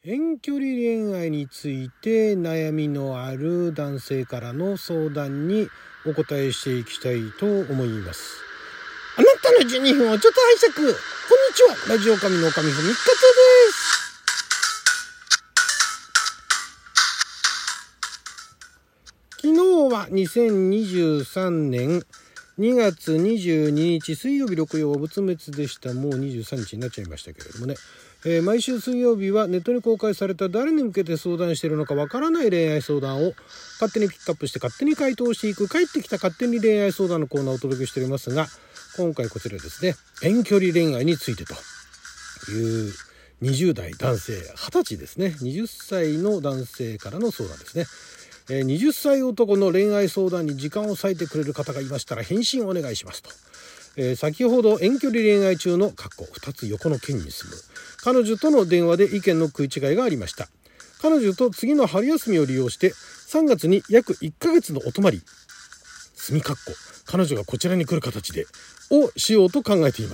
遠距離恋愛について悩みのある男性からの相談にお答えしていきたいと思います。あなたの12分をちょっと拝借。こんにちは、ラジオ神の神ふみかつです。昨日は2023年2月22日水曜日6曜仏滅でした。もう23日になっちゃいましたけれどもね、毎週水曜日はネットに公開された誰に向けて相談しているのかわからない恋愛相談を勝手にピックアップして勝手に回答していく帰ってきた勝手に恋愛相談のコーナーをお届けしておりますが、今回こちらですね、遠距離恋愛についてという20代男性20歳ですね、20歳の男性からの相談ですね。20歳男の恋愛相談に時間を割いてくれる方がいましたら返信お願いしますと。先ほど遠距離恋愛中の2つ横の県に住む彼女との電話で意見の食い違いがありました。彼女と次の春休みを利用して3月に約1ヶ月のお泊まり彼女がこちらに来る形でをしようと考えています。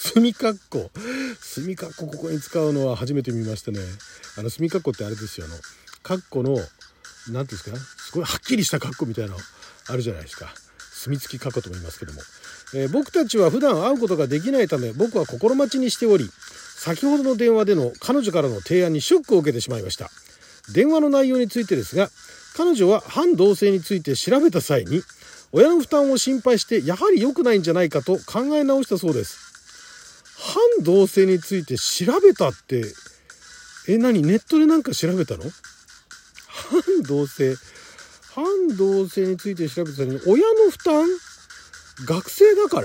ここに使うのは初めて見ましたね。墨括弧ってあれですよ、括弧のなんていうんですか、すごいはっきりした括弧みたいなのあるじゃないですか。墨付き括弧とも言いますけども、僕たちは普段会うことができないため僕は心待ちにしており、先ほどの電話での彼女からの提案にショックを受けてしまいました。電話の内容についてですが、彼女は反同性について調べた際に親の負担を心配してやはり良くないんじゃないかと考え直したそうです。反同性について調べたって何、ネットでなんか調べたの？反同性について調べた際に親の負担？学生だ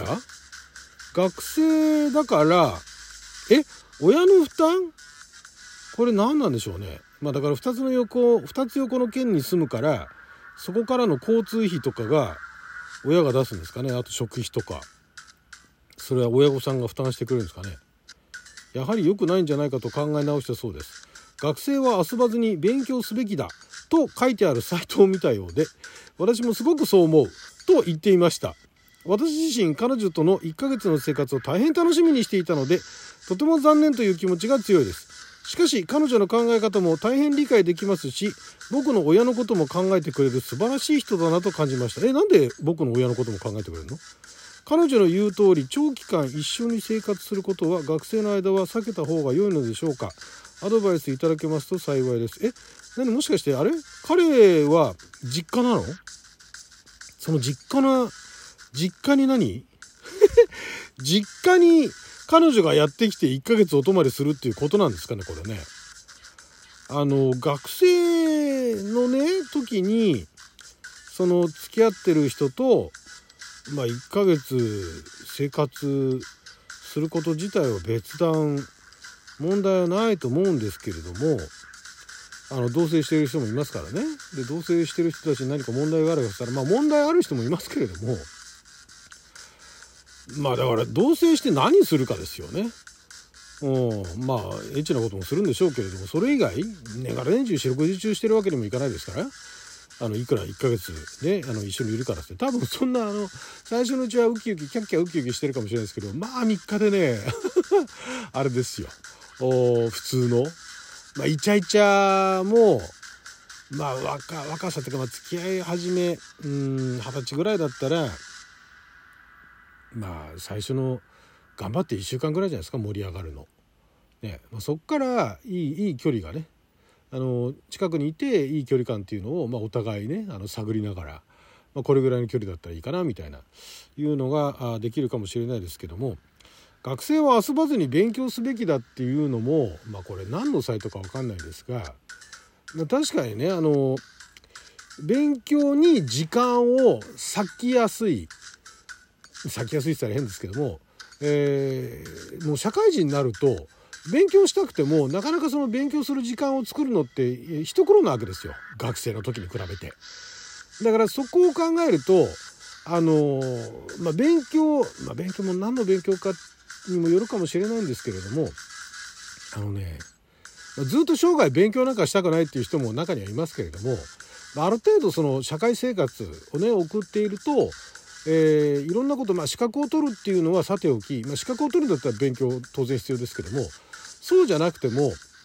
から親の負担？これ何なんでしょうね。だから2つ横の県に住むから、そこからの交通費とかが親が出すんですかね。あと食費とか、それは親御さんが負担してくれるんですかね。やはり良くないんじゃないかと考え直したそうです。学生は遊ばずに勉強すべきだと書いてあるサイトを見たようで、私もすごくそう思うと言っていました。私自身彼女との1ヶ月の生活を大変楽しみにしていたので、とても残念という気持ちが強いです。しかし彼女の考え方も大変理解できますし、僕の親のことも考えてくれる素晴らしい人だなと感じました。なんで僕の親のことも考えてくれるの？彼女の言う通り、長期間一緒に生活することは学生の間は避けた方が良いのでしょうか？アドバイスいただけますと幸いです。もしかして彼は実家なの？その実家に何実家に彼女がやってきて1ヶ月お泊まりするっていうことなんですかね、これね。学生のね時にその付き合ってる人と1ヶ月生活すること自体は別段問題はないと思うんですけれども、同棲している人もいますからね。で、同棲している人たちに何か問題があるとしたら、問題ある人もいますけれども、だから同棲して何するかですよね。エッチなこともするんでしょうけれども、それ以外年がら年中四六時中してるわけにもいかないですから、いくら1ヶ月ね一緒にいるからって、多分そんな最初のうちはウキウキキャッキャしてるかもしれないですけど、3日でねあれですよ、普通のイチャイチャも若さというか、付き合い始め20歳ぐらいだったら最初の頑張って1週間ぐらいじゃないですか、盛り上がるのね。そっからいい距離がね、近くにいていい距離感っていうのを、お互いね探りながら、これぐらいの距離だったらいいかなみたいないうのができるかもしれないですけども、学生は遊ばずに勉強すべきだっていうのも、これ何のサイトか分かんないですが、確かにね勉強に時間を割きやすいって言ったら変ですけども、もう社会人になると勉強したくてもなかなかその勉強する時間を作るのって一苦労なわけですよ、学生の時に比べて。だからそこを考えると勉強も何の勉強かにもよるかもしれないんですけれども、ずっと生涯勉強なんかしたくないっていう人も中にはいますけれども、ある程度その社会生活をね送っていると、いろんなこと、資格を取るっていうのはさておき、資格を取るんだったら勉強当然必要ですけども、そうじゃなくても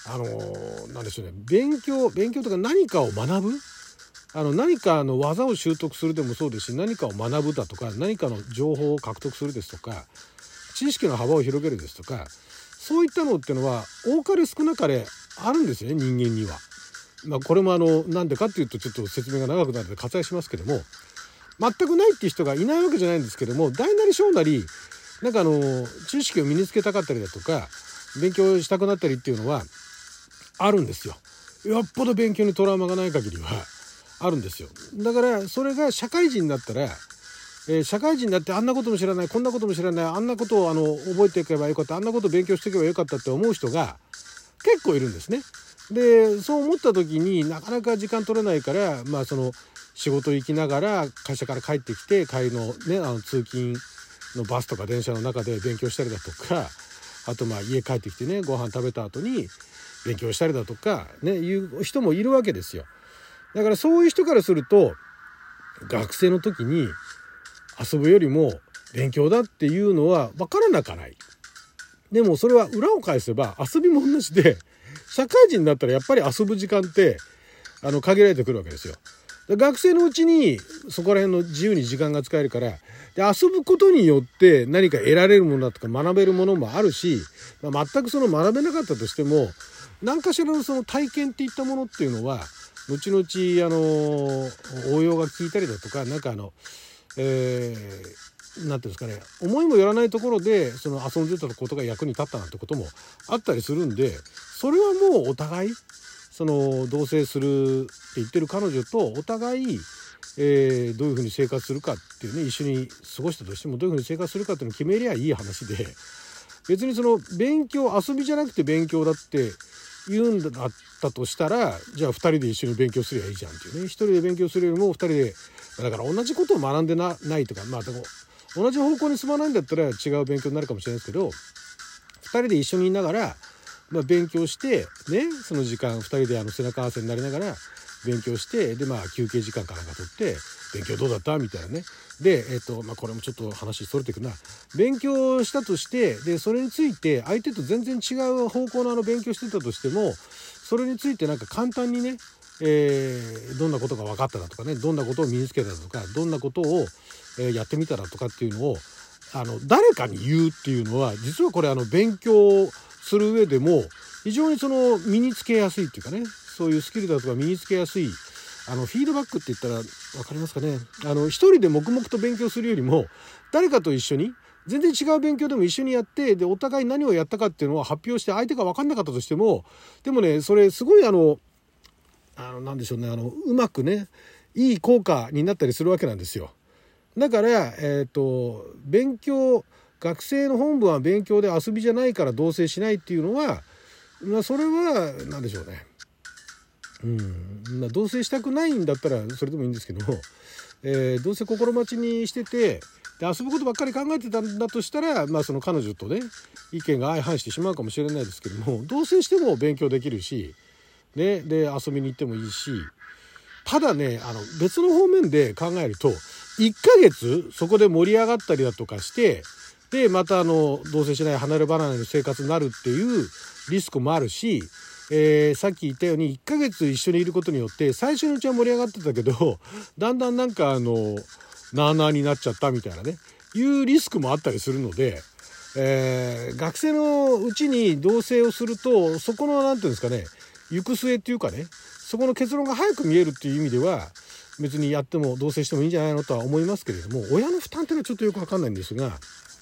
なんでしょうね、勉強とか何かを学ぶ、何か技を習得するでもそうですし、何かを学ぶだとか、何かの情報を獲得するですとか、知識の幅を広げるですとか、そういったのっていうのは多かれ少なかれあるんですよね、人間には。これもなんでかっていうとちょっと説明が長くなるので割愛しますけども、全くないっていう人がいないわけじゃないんですけども、大なり小なりなんか知識を身につけたかったりだとか、勉強したくなったりっていうのはあるんですよ。よっぽど勉強にトラウマがない限りはあるんですよ。だからそれが社会人になったら、社会人になってあんなことも知らない、こんなことも知らない、あんなことを覚えていけばよかった、あんなことを勉強していけばよかったって思う人が結構いるんですね。でそう思った時になかなか時間取れないから、その仕事行きながら会社から帰ってきて、帰りのね通勤のバスとか電車の中で勉強したりだとか、あと家帰ってきてね、ご飯食べた後に勉強したりだとかね、いう人もいるわけですよ。だからそういう人からすると、学生の時に遊ぶよりも勉強だっていうのは分からなかない。でもそれは裏を返せば遊びも同じで、社会人になったらやっぱり遊ぶ時間って限られてくるわけですよ。学生のうちにそこら辺の自由に時間が使えるから、で遊ぶことによって何か得られるものだとか学べるものもあるし、全くその学べなかったとしても何かしらのその体験っていったものっていうのは後々応用が効いたりだとか、なんかなんていうんですかね、思いもよらないところでその遊んでたことが役に立ったなんてこともあったりするんで、それはもうお互いその同棲するって言ってる彼女とお互い、どういうふうに生活するかっていうね、一緒に過ごしたとしてもどういうふうに生活するかっていうのを決めりゃいい話で、別にその勉強、遊びじゃなくて勉強だって言うんだったとしたら、じゃあ2人で一緒に勉強すればいいじゃんっていうね。1人で勉強するよりも2人で、だから同じことを学んでないとか、でも同じ方向に進まないんだったら違う勉強になるかもしれないですけど、2人で一緒にいながら勉強してね、その時間2人で背中合わせになりながら勉強して、で休憩時間かなんか取って勉強どうだったみたいなね。でこれもちょっと話それてくるな。勉強したとして、でそれについて相手と全然違う方向の勉強してたとしても、それについてなんか簡単にね、どんなことが分かっただとかね、どんなことを身につけただとか、どんなことをやってみたらとかっていうのを誰かに言うっていうのは、実はこれ勉強する上でも非常にその身につけやすいっていうかね、そういうスキルだとか身につけやすいフィードバックって言ったら分かりますかね。一人で黙々と勉強するよりも、誰かと一緒に全然違う勉強でも一緒にやって、でお互い何をやったかっていうのを発表して、相手が分かんなかったとしても、でもねそれすごいなんでしょうね、うまくねいい効果になったりするわけなんですよ。だから勉強、学生の本分は勉強で遊びじゃないから同棲しないっていうのは、それは何でしょうね、同棲したくないんだったらそれでもいいんですけども、どうせ心待ちにしてて、で遊ぶことばっかり考えてたんだとしたら、その彼女とね意見が相反してしまうかもしれないですけども、同棲しても勉強できるし、ね、で遊びに行ってもいいし、ただね別の方面で考えると、1ヶ月そこで盛り上がったりだとかして、でまた同棲しない離れ離れの生活になるっていうリスクもあるし、さっき言ったように1ヶ月一緒にいることによって、最初のうちは盛り上がってたけど、だんだんなんかなあなあになっちゃったみたいなね、いうリスクもあったりするので、学生のうちに同棲をすると、そこのなんていうんですかね、行く末っていうかね、そこの結論が早く見えるっていう意味では、別にやっても同棲してもいいんじゃないのとは思いますけれども、親の負担っていうのはちょっとよく分かんないんですが、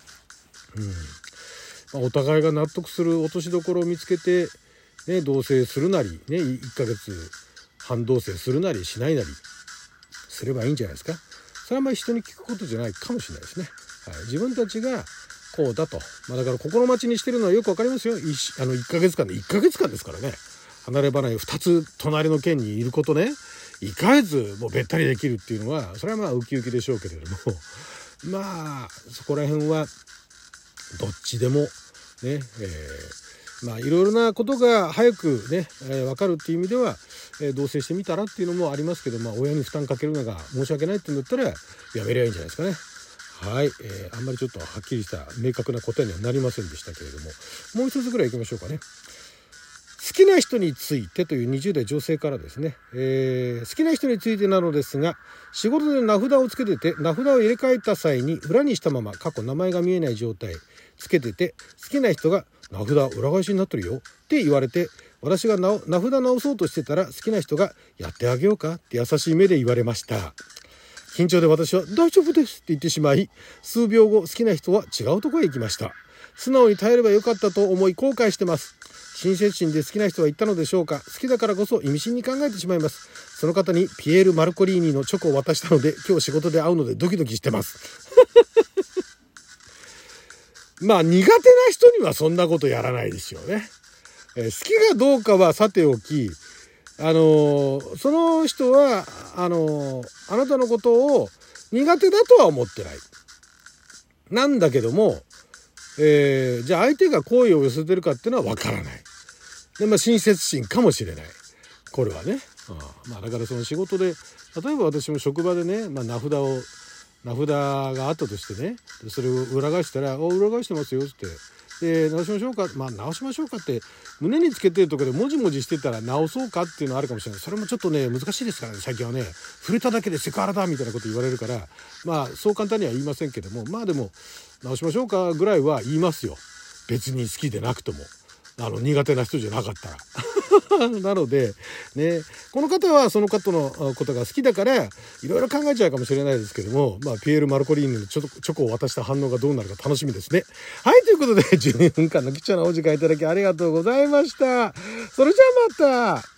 お互いが納得する落としどころを見つけて、ね、同棲するなり、ね、1ヶ月半同棲するなりしないなりすればいいんじゃないですか。それは人に聞くことじゃないかもしれないですね。自分たちがこうだと、だから心待ちにしてるのはよくわかりますよ。1ヶ月間で1ヶ月間ですからね。離れ離れ2つ隣の県にいることね、1ヶ月もうべったりできるっていうのは、それはウキウキでしょうけれども、そこら辺はどっちでもね、いろいろなことが早くね、分かるっていう意味では、同棲してみたらっていうのもありますけど、親に負担かけるのが申し訳ないっていうんだったらやめりゃいいんじゃないですかね。はい、あんまりちょっとはっきりした明確な答えにはなりませんでしたけれども、もう一つぐらいいきましょうかね。 好きな人についてという20代女性からですね、好きな人についてなのですが、仕事で名札をつけてて、名札を入れ替えた際に裏にしたまま過去名前が見えない状態つけてて、好きな人が名札裏返しになってるよって言われて、私が名札直そうとしてたら、好きな人がやってあげようかって優しい目で言われました。緊張で私は大丈夫ですって言ってしまい、数秒後好きな人は違うところへ行きました。素直に耐えればよかったと思い後悔してます。親切心で好きな人は言ったのでしょうか。好きだからこそ意味深に考えてしまいます。その方にピエール・マルコリーニのチョコを渡したので、今日仕事で会うのでドキドキしてます。まあ苦手な人にはそんなことやらないですよね。好きがどうかはさておき、その人はあなたのことを苦手だとは思ってない。なんだけども、じゃあ相手が好意を寄せてるかっていうのはわからない。で、親切心かもしれない。これはね。だからその仕事で、例えば私も職場でね、名札があったとしてね、それを裏返したら、裏返してますよって。で、直しましょうか。直しましょうかって、胸につけてるところでもじもじしてたら直そうかっていうのはあるかもしれない。それもちょっとね、難しいですからね、最近はね。触れただけでセクハラだみたいなこと言われるから、そう簡単には言いませんけども、でも、直しましょうかぐらいは言いますよ。別に好きでなくとも。苦手な人じゃなかったら。なので、ね、この方はその方のことが好きだから、いろいろ考えちゃうかもしれないですけども、ピエール・マルコリーニのチョコを渡した反応がどうなるか楽しみですね。はい、ということで、12分間の貴重なお時間いただきありがとうございました。それじゃあまた。